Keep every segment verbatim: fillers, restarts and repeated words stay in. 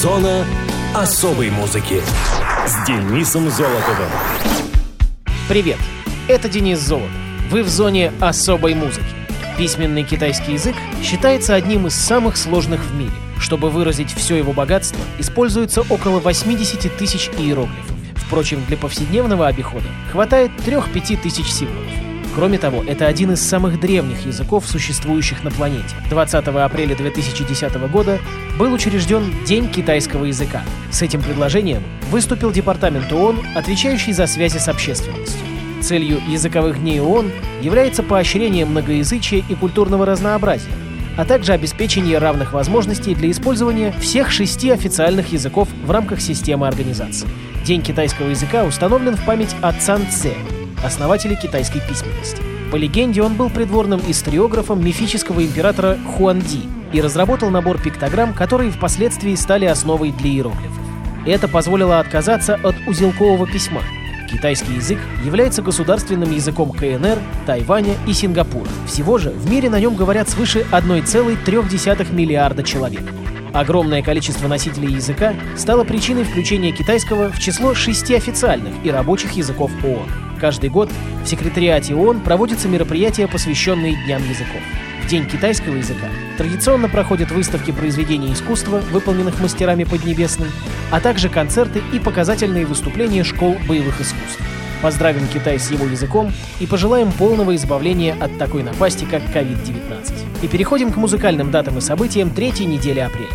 Зона особой музыки с Денисом Золотовым. Привет, это Денис Золотов. Вы в зоне особой музыки. Письменный китайский язык считается одним из самых сложных в мире. Чтобы выразить все его богатство, используется около восемьдесят тысяч иероглифов. Впрочем, для повседневного обихода хватает трех-пяти тысяч символов. Кроме того, это один из самых древних языков, существующих на планете. двадцатого апреля две тысячи десятого года был учрежден День китайского языка. С этим предложением выступил Департамент ООН, отвечающий за связи с общественностью. Целью языковых дней ООН является поощрение многоязычия и культурного разнообразия, а также обеспечение равных возможностей для использования всех шести официальных языков в рамках системы организации. День китайского языка установлен в память о Цан Цзе, основателя китайской письменности. По легенде, он был придворным историографом мифического императора Хуанди и разработал набор пиктограмм, которые впоследствии стали основой для иероглифов. Это позволило отказаться от узелкового письма. Китайский язык является государственным языком КНР, Тайваня и Сингапура. Всего же в мире на нем говорят свыше одна целая три десятых миллиарда человек. Огромное количество носителей языка стало причиной включения китайского в число шести официальных и рабочих языков ООН. Каждый год в секретариате ООН проводятся мероприятия, посвященные Дням языков. В День китайского языка традиционно проходят выставки произведений искусства, выполненных мастерами Поднебесной, а также концерты и показательные выступления школ боевых искусств. Поздравим Китай с его языком и пожелаем полного избавления от такой напасти, как ковид девятнадцать. И переходим к музыкальным датам и событиям третьей недели апреля.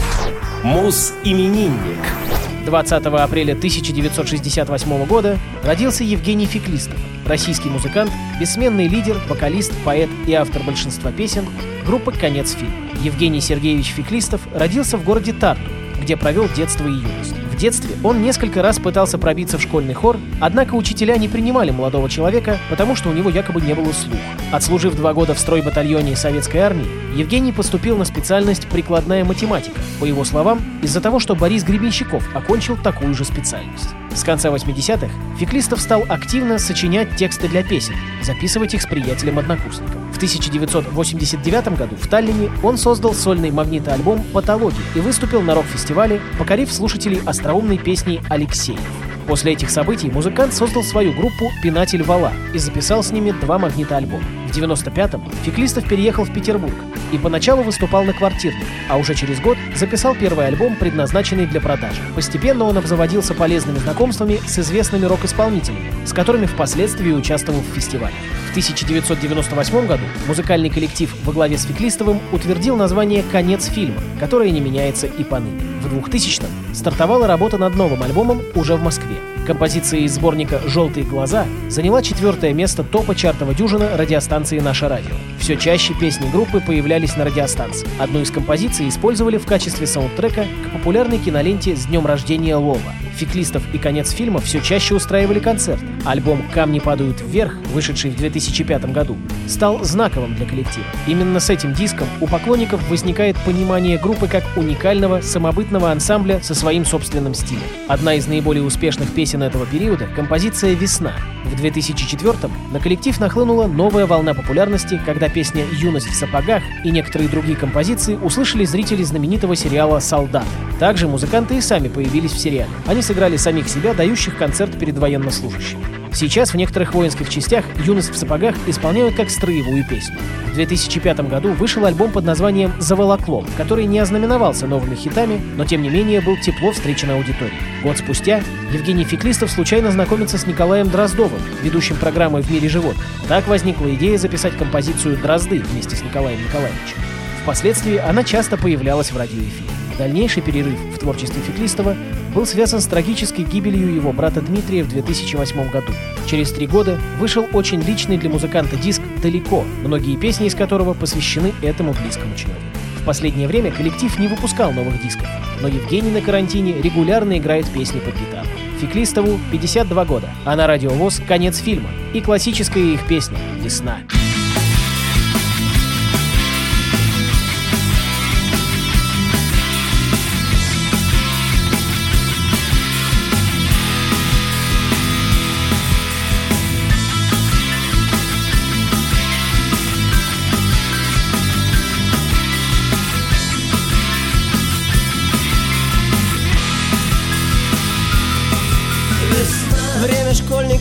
Мус-именинник. двадцатого апреля тысяча девятьсот шестьдесят восьмого года родился Евгений Феклистов, российский музыкант, бессменный лидер, вокалист, поэт и автор большинства песен группы «Конец фильма». Евгений Сергеевич Феклистов родился в городе Тарту, где провел детство и юность. В детстве он несколько раз пытался пробиться в школьный хор, однако учителя не принимали молодого человека, потому что у него якобы не было слуха. Отслужив два года в стройбатальоне Советской армии, Евгений поступил на специальность «Прикладная математика». По его словам, из-за того, что Борис Гребенщиков окончил такую же специальность. С конца восьмидесятых Феклистов стал активно сочинять тексты для песен, записывать их с приятелем-однокурсником. В тысяча девятьсот восемьдесят девятом году в Таллине он создал сольный магнитоальбом «Патология» и выступил на рок-фестивале, покорив слушателей остроумной песней «Алексеев». После этих событий музыкант создал свою группу «Пинатель Вала» и записал с ними два магнитоальбома. В девяносто пятом Феклистов переехал в Петербург и поначалу выступал на квартирных, а уже через год записал первый альбом, предназначенный для продажи. Постепенно он обзаводился полезными знакомствами с известными рок-исполнителями, с которыми впоследствии участвовал в фестивале. В тысяча девятьсот девяносто восьмом году музыкальный коллектив во главе с Феклистовым утвердил название «Конец фильма», которое не меняется и поныне. В двухтысячном стартовала работа над новым альбомом уже в Москве. Композиция из сборника «Желтые глаза» заняла четвертое место топа чартового дюжина радиостанции «Наше радио». Все чаще песни группы появлялись на радиостанции. Одну из композиций использовали в качестве саундтрека к популярной киноленте «С днем рождения Лова». Феклистов и «Конец фильма» все чаще устраивали концерты. Альбом «Камни падают вверх», вышедший в две тысячи пятом году, стал знаковым для коллектива. Именно с этим диском у поклонников возникает понимание группы как уникального самобытного ансамбля со своим собственным стилем. Одна из наиболее успешных песен этого периода — композиция «Весна». В две тысячи четвёртом на коллектив нахлынула новая волна популярности, когда песня «Юность в сапогах» и некоторые другие композиции услышали зрители знаменитого сериала «Солдаты». Также музыканты и сами появились в сериале. Они сыграли самих себя, дающих концерт перед военнослужащими. Сейчас в некоторых воинских частях «Юность в сапогах» исполняют как строевую песню. В две тысячи пятом году вышел альбом под названием «Заволокло», который не ознаменовался новыми хитами, но тем не менее был тепло встречен аудиторией. Год спустя Евгений Феклистов случайно знакомится с Николаем Дроздовым, ведущим программы «В мире животных». Так возникла идея записать композицию «Дрозды» вместе с Николаем Николаевичем. Впоследствии она часто появлялась в радиоэфире. Дальнейший перерыв в творчестве Феклистова был связан с трагической гибелью его брата Дмитрия в две тысячи восьмом году. Через три года вышел очень личный для музыканта диск «Далеко», многие песни из которого посвящены этому близкому человеку. В последнее время коллектив не выпускал новых дисков, но Евгений на карантине регулярно играет песни под гитару. Феклистову пятьдесят два года, а на радио ВОС «Конец фильма» и классическая их песня «Весна».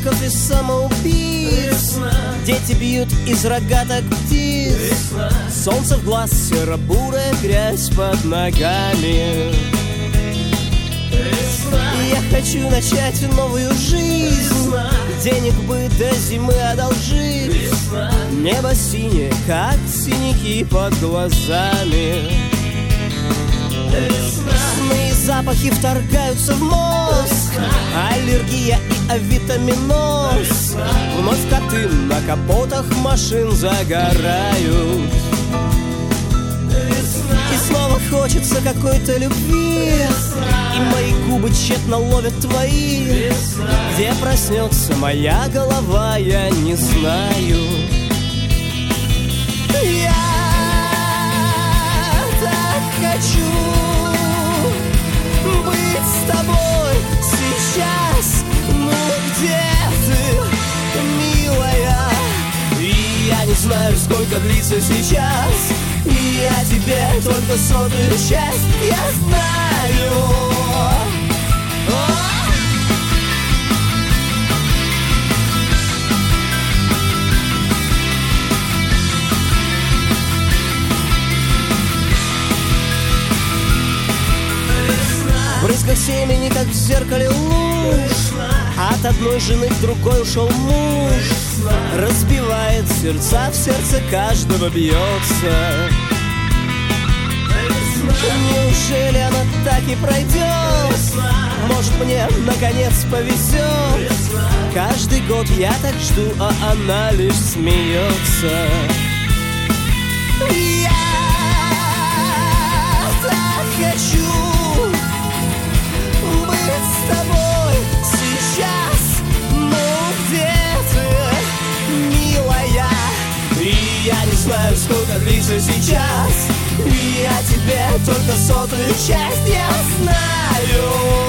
наркотиков и самоубийц. Дети бьют из рогаток птиц. Солнце в глаз, серо-бурая грязь под ногами. Я хочу начать новую жизнь. Денег бы до зимы одолжить. Небо синее, как синяки под глазами. Сны и запахи вторгаются в мозг. Аллергия и авитаминоз. Вновь коты на капотах машин загорают. И снова хочется какой-то любви. И мои губы тщетно ловят твои. Где проснется моя голова, я не знаю. Я так хочу быть с тобой сейчас. Ну где ты, милая? И я не знаю, сколько длится сейчас. И я тебе только сотую часть, я знаю. В брызгах семени, как в зеркале луж. От одной жены к другой ушел муж. Разбивает сердца, в сердце каждого бьется. Неужели она так и пройдет? Может, мне наконец повезет? Каждый год я так жду, а она лишь смеется. Я так хочу быть с тобой сейчас. Ну где ты, милая? И я не знаю, сколько длится сейчас. И я тебе только сотую часть, я знаю.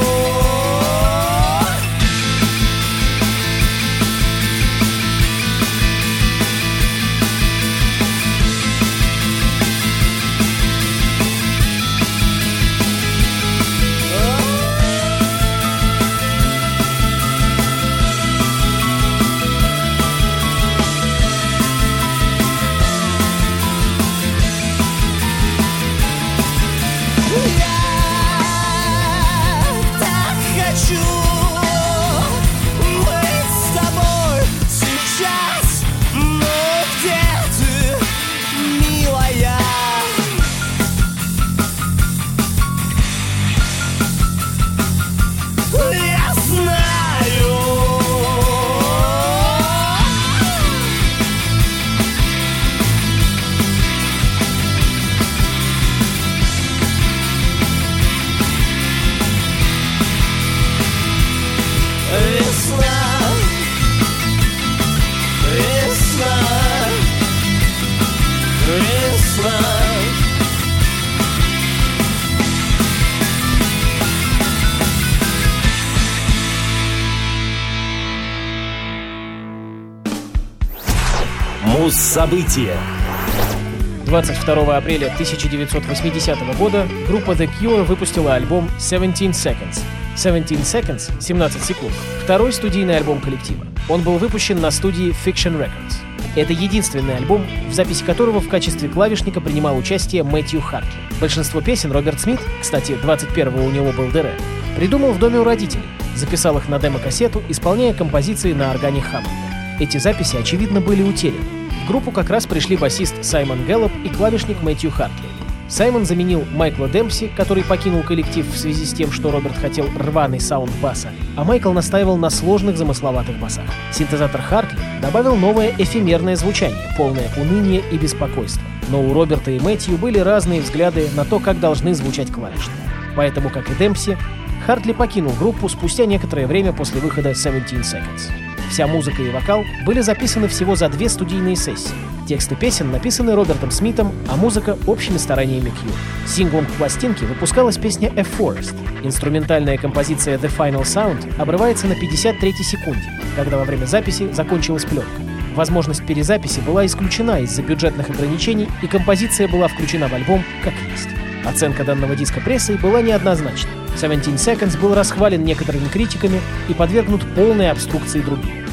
Муз-события. двадцать второго апреля тысяча девятьсот восьмидесятого года группа The Cure выпустила альбом seventeen seconds. seventeen seconds — семнадцать секунд. Второй студийный альбом коллектива. Он был выпущен на студии Fiction Records. Это единственный альбом, в записи которого в качестве клавишника принимал участие Мэтью Хартли. Большинство песен Роберт Смит, кстати, двадцать первого у него был ДР, придумал в доме у родителей, записал их на демо-кассету, исполняя композиции на органе Хаммонда. Эти записи, очевидно, были утеряны. В группу как раз пришли басист Саймон Гэллоп и клавишник Мэтью Хартли. Саймон заменил Майкла Демпси, который покинул коллектив в связи с тем, что Роберт хотел рваный саунд баса, а Майкл настаивал на сложных замысловатых басах. Синтезатор Хартли добавил новое эфемерное звучание, полное уныния и беспокойства. Но у Роберта и Мэтью были разные взгляды на то, как должны звучать клавиши. Поэтому, как и Демпси, Хартли покинул группу спустя некоторое время после выхода seventeen seconds. Вся музыка и вокал были записаны всего за две студийные сессии. Тексты песен написаны Робертом Смитом, а музыка — общими стараниями Cure. Синглом к пластинке выпускалась песня «A Forest». Инструментальная композиция «The Final Sound» обрывается на пятьдесят третьей секунде, когда во время записи закончилась пленка. Возможность перезаписи была исключена из-за бюджетных ограничений, и композиция была включена в альбом как есть. Оценка данного диска прессой была неоднозначной. seventeen seconds был расхвален некоторыми критиками и подвергнут полной обструкции других.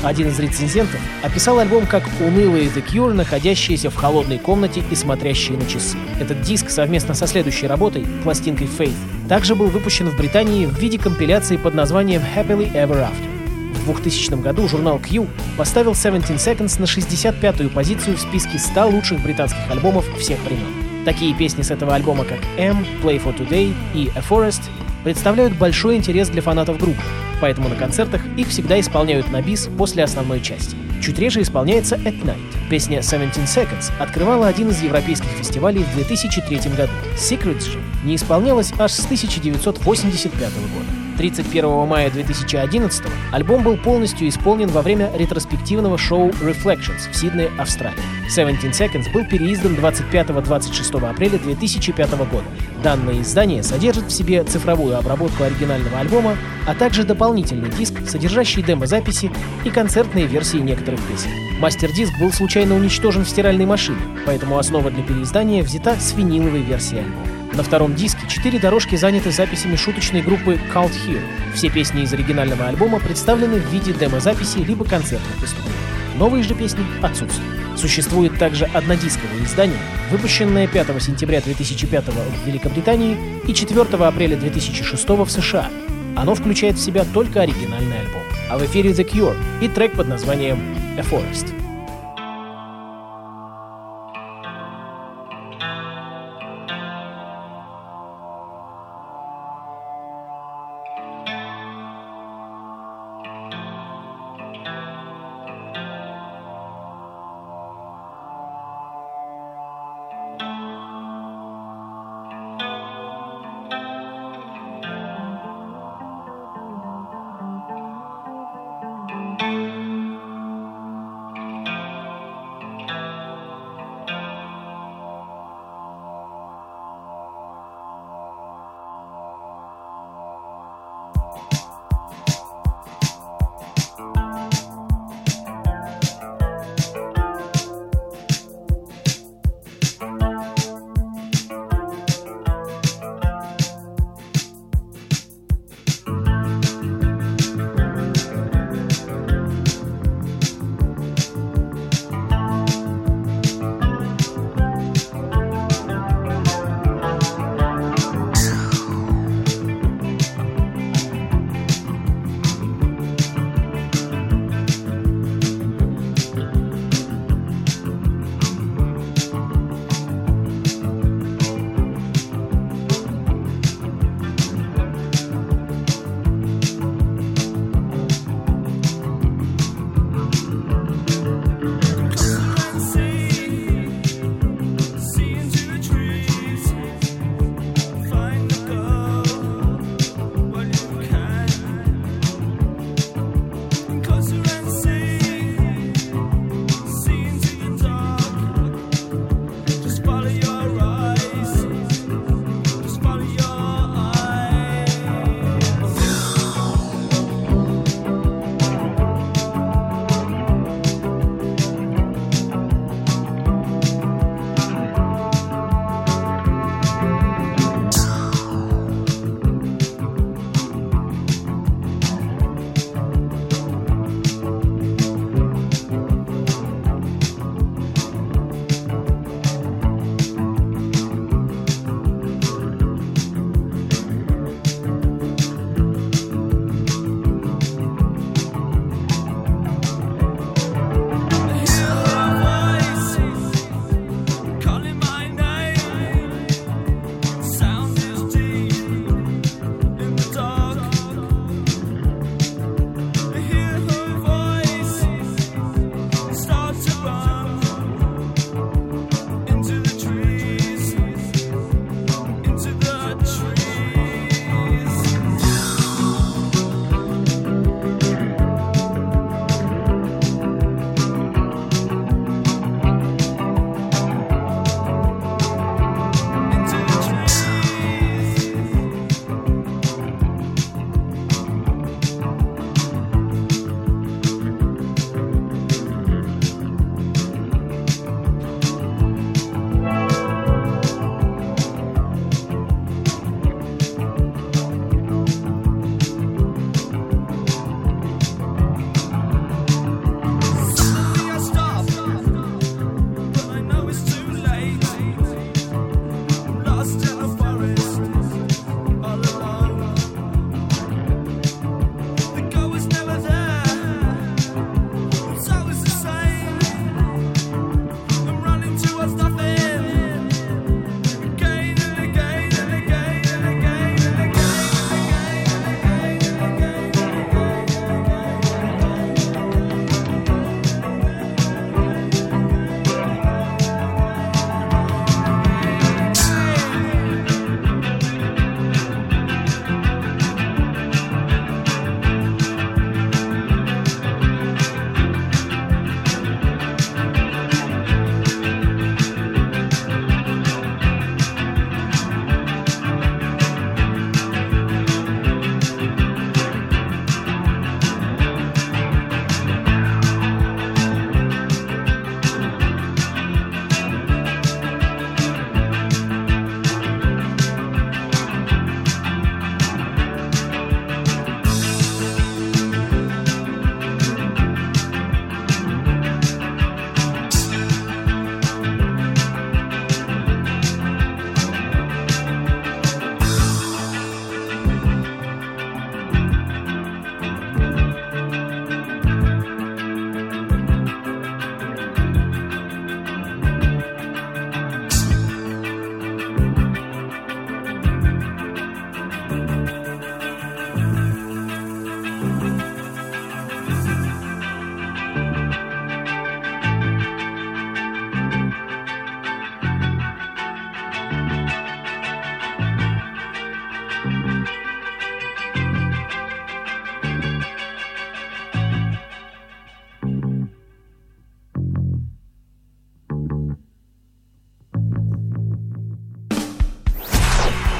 Один из рецензентов описал альбом как унылые The Cure, находящиеся в холодной комнате и смотрящие на часы. Этот диск совместно со следующей работой, пластинкой Faith, также был выпущен в Британии в виде компиляции под названием Happily Ever After. В двухтысячном году журнал Q поставил Seventeen Seconds на шестьдесят пятую позицию в списке ста лучших британских альбомов всех времен. Такие песни с этого альбома, как M, Play for Today и A Forest, представляют большой интерес для фанатов группы, поэтому на концертах их всегда исполняют на бис после основной части. Чуть реже исполняется At Night. Песня Seventeen Seconds открывала один из европейских фестивалей в две тысячи третьем году. Secrets же не исполнялась аж с тысяча девятьсот восемьдесят пятого года. тридцать первого мая две тысячи одиннадцатого альбом был полностью исполнен во время ретроспективного шоу Reflections в Сиднее, Австралия. Seventeen Seconds был переиздан двадцать пятого — двадцать шестого апреля две тысячи пятого года. Данное издание содержит в себе цифровую обработку оригинального альбома, а также дополнительный диск, содержащий демозаписи и концертные версии некоторых песен. Мастер-диск был случайно уничтожен в стиральной машине, поэтому основа для переиздания взята с виниловой версии альбома. На втором диске четыре дорожки заняты записями шуточной группы Cult Hero. Все песни из оригинального альбома представлены в виде демозаписи либо концертных выступлений. Новые же песни отсутствуют. Существует также однодисковое издание, выпущенное пятого сентября две тысячи пятого в Великобритании и четвёртого апреля две тысячи шестого в США. Оно включает в себя только оригинальный альбом. А в эфире The Cure и трек под названием A Forest.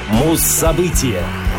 Муз-события.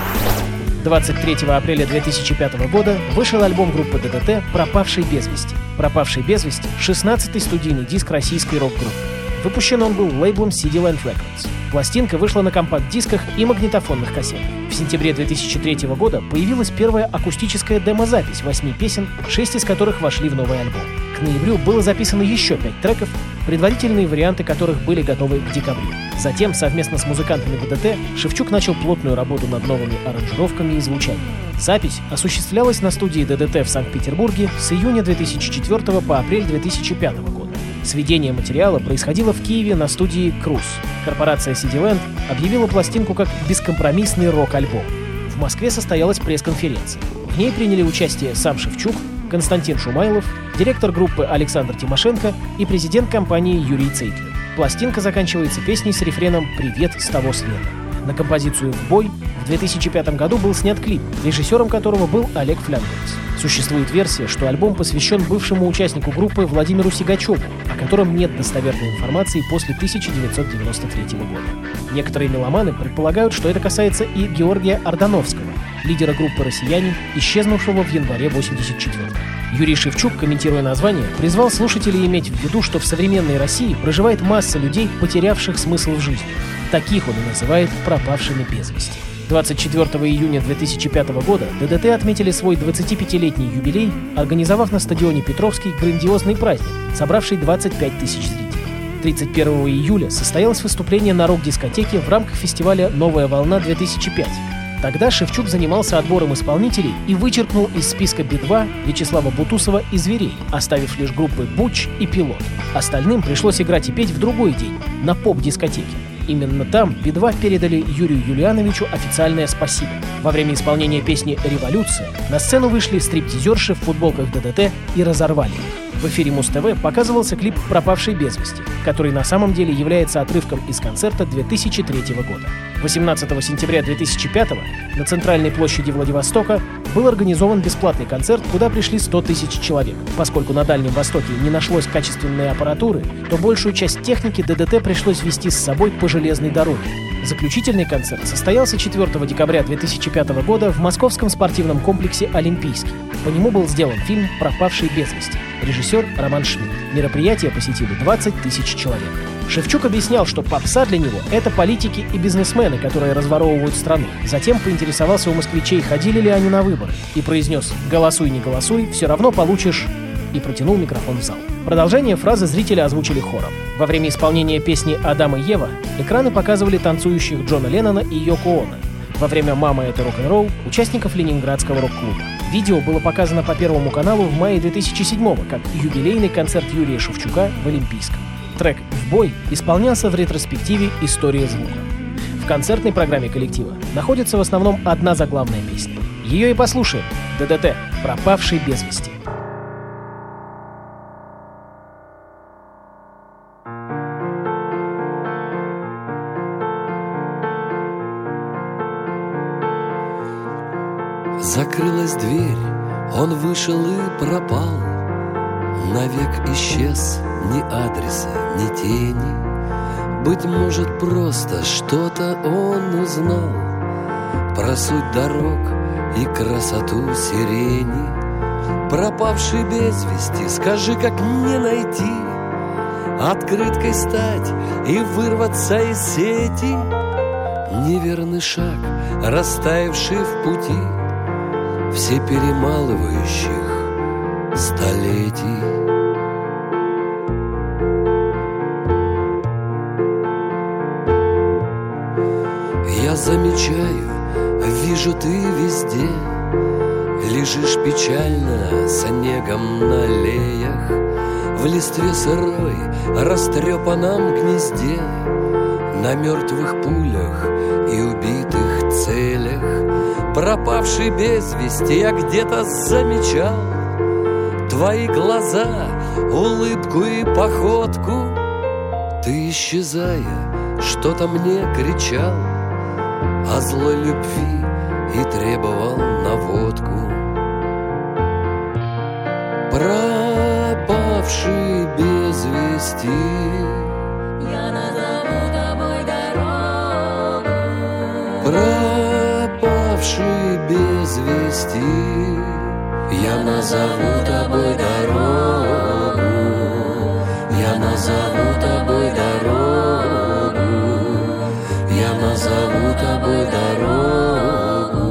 двадцать третьего апреля две тысячи пятого года вышел альбом группы ДДТ «Пропавший без вести». «Пропавший без вести» — шестнадцатый студийный диск российской рок-группы. Выпущен он был лейблом си ди Land Records. Пластинка вышла на компакт-дисках и магнитофонных кассетах. В сентябре две тысячи третьего года появилась первая акустическая демозапись восьми песен, шесть из которых вошли в новый альбом. К ноябрю было записано еще пять треков, предварительные варианты которых были готовы к декабрю. Затем, совместно с музыкантами ДДТ, Шевчук начал плотную работу над новыми аранжировками и звучанием. Запись осуществлялась на студии ДДТ в Санкт-Петербурге с июня две тысячи четвёртого по апрель две тысячи пятого года. Сведение материала происходило в Киеве на студии «Круз». Корпорация си ди Land объявила пластинку как бескомпромиссный рок-альбом. В Москве состоялась пресс-конференция. В ней приняли участие сам Шевчук, Константин Шумайлов, директор группы Александр Тимошенко и президент компании Юрий Цейтлин. Пластинка заканчивается песней с рефреном «Привет с того света». На композицию «В бой» в две тысячи пятом году был снят клип, режиссером которого был Олег Фляндерс. Существует версия, что альбом посвящен бывшему участнику группы Владимиру Сигачеву, о котором нет достоверной информации после тысяча девятьсот девяносто третьего года. Некоторые меломаны предполагают, что это касается и Георгия Ордановского, лидера группы «Россияне», исчезнувшего в январе восемьдесят четвёртого. Юрий Шевчук, комментируя название, призвал слушателей иметь в виду, что в современной России проживает масса людей, потерявших смысл в жизни. Таких он и называет пропавшими без вести. двадцать четвёртого июня две тысячи пятого года ДДТ отметили свой двадцатипятилетний юбилей, организовав на стадионе Петровский грандиозный праздник, собравший двадцать пять тысяч зрителей. тридцать первого июля состоялось выступление на рок-дискотеке в рамках фестиваля «Новая волна-две тысячи пять». Тогда Шевчук занимался отбором исполнителей и вычеркнул из списка би два Вячеслава Бутусова и «Зверей», оставив лишь группы «Буч» и «Пилот». Остальным пришлось играть и петь в другой день, на поп-дискотеке. Именно там би два передали Юрию Юлиановичу официальное спасибо. Во время исполнения песни «Революция» на сцену вышли стриптизерши в футболках ДДТ и разорвали их. В эфире Муз-ТВ показывался клип «Пропавший без вести», который на самом деле является отрывком из концерта две тысячи третьего года. восемнадцатого сентября две тысячи пятого на центральной площади Владивостока был организован бесплатный концерт, куда пришли сто тысяч человек. Поскольку на Дальнем Востоке не нашлось качественной аппаратуры, то большую часть техники ДДТ пришлось везти с собой по железной дороге. Заключительный концерт состоялся четвёртого декабря две тысячи пятого года в московском спортивном комплексе «Олимпийский». По нему был сделан фильм «Пропавший без вести». Режиссер Роман Шмидт. Мероприятие посетили двадцать тысяч человек. Шевчук объяснял, что попса для него — это политики и бизнесмены, которые разворовывают страну. Затем поинтересовался у москвичей, ходили ли они на выборы, и произнес «Голосуй, не голосуй, все равно получишь...» и протянул микрофон в зал. Продолжение фразы зрители озвучили хором. Во время исполнения песни «Адам и Ева» экраны показывали танцующих Джона Леннона и Йоко Оно. Во время «Мама, это рок-н-ролл» — участников Ленинградского рок-клуба. Видео было показано по Первому каналу в мае две тысячи седьмого как юбилейный концерт Юрия Шевчука в Олимпийском. Трек «В бой» исполнялся в ретроспективе «История звука». В концертной программе коллектива находится в основном одна заглавная песня. Ее и послушаем. ДДТ «Пропавший без вести». Закрылась дверь, он вышел и пропал. Навек исчез, ни адреса, ни тени. Быть может, просто что-то он узнал про суть дорог и красоту сирени. Пропавший без вести, скажи, как не найти, открыткой стать и вырваться из сети. Неверный шаг, растаявший в пути все перемалывающих столетий. Я замечаю, вижу, ты везде лежишь печально снегом на аллеях, в листве сырой, растрепанном гнезде, на мертвых пулях и убитых целях. Пропавший без вести, я где-то замечал твои глаза, улыбку и походку. Ты, исчезая, что-то мне кричал о злой любви и требовал наводку. Пропавший без вести, я назову тобой дорогу. пропавший без вести. Я назову тобой дорогу, я назову тобой дорогу, я назову тобой дорогу.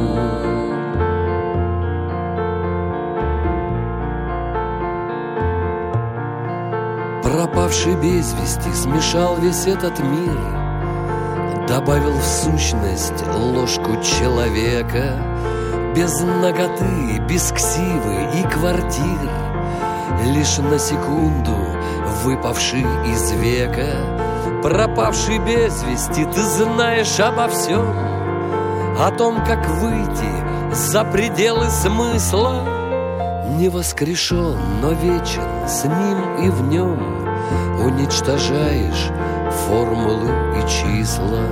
Пропавший без вести смешал весь этот мир, добавил в сущность ложку человека, без наготы, без ксивы и квартир, лишь на секунду выпавший из века. Пропавший без вести, ты знаешь обо всем, о том, как выйти за пределы смысла. Не воскрешен, но вечен, с ним и в нем уничтожаешь формулы и числа.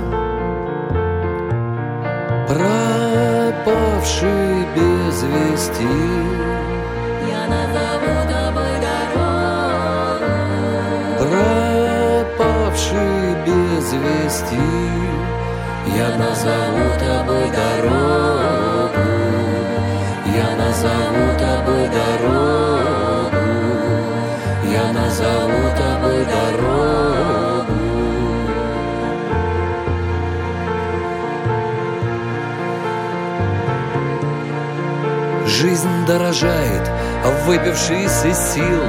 Пропавший без вести, я назову тобой дорогу. Пропавший без вести, я назову тобой дорогу, я назову тобой дорогу, я назову тобой дорогу. Жизнь дорожает, выпившись из сил,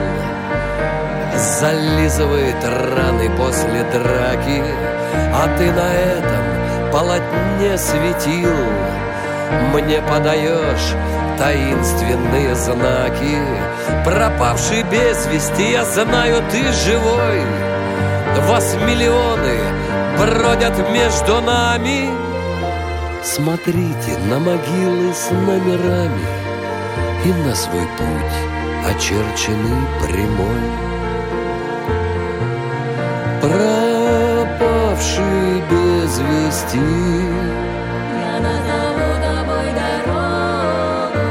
зализывает раны после драки, а ты на этом полотне светил мне подаешь таинственные знаки. Пропавший без вести, я знаю, ты живой. Вас миллионы бродят между нами. Смотрите на могилы с номерами и на свой путь, очерченный прямой. Пропавший без вести, я назову тобой дорогу.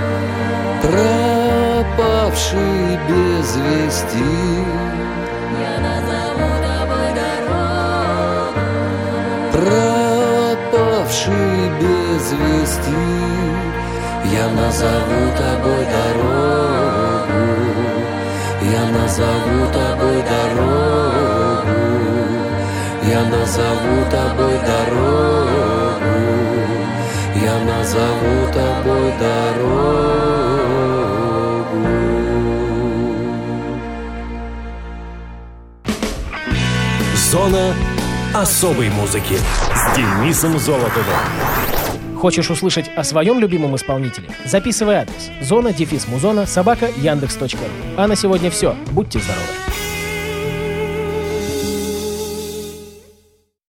Пропавший без вести, Я назову тобой дорогу. пропавший без вести, я назову тобой дорогу, я назову тобой дорогу, я назову тобой дорогу, я назову тобой дорогу. Зона особой музыки с Денисом Золотовым. Хочешь услышать о своем любимом исполнителе? Записывай адрес: зона дефис музона собака яндекс точка ру. А на сегодня все. Будьте здоровы.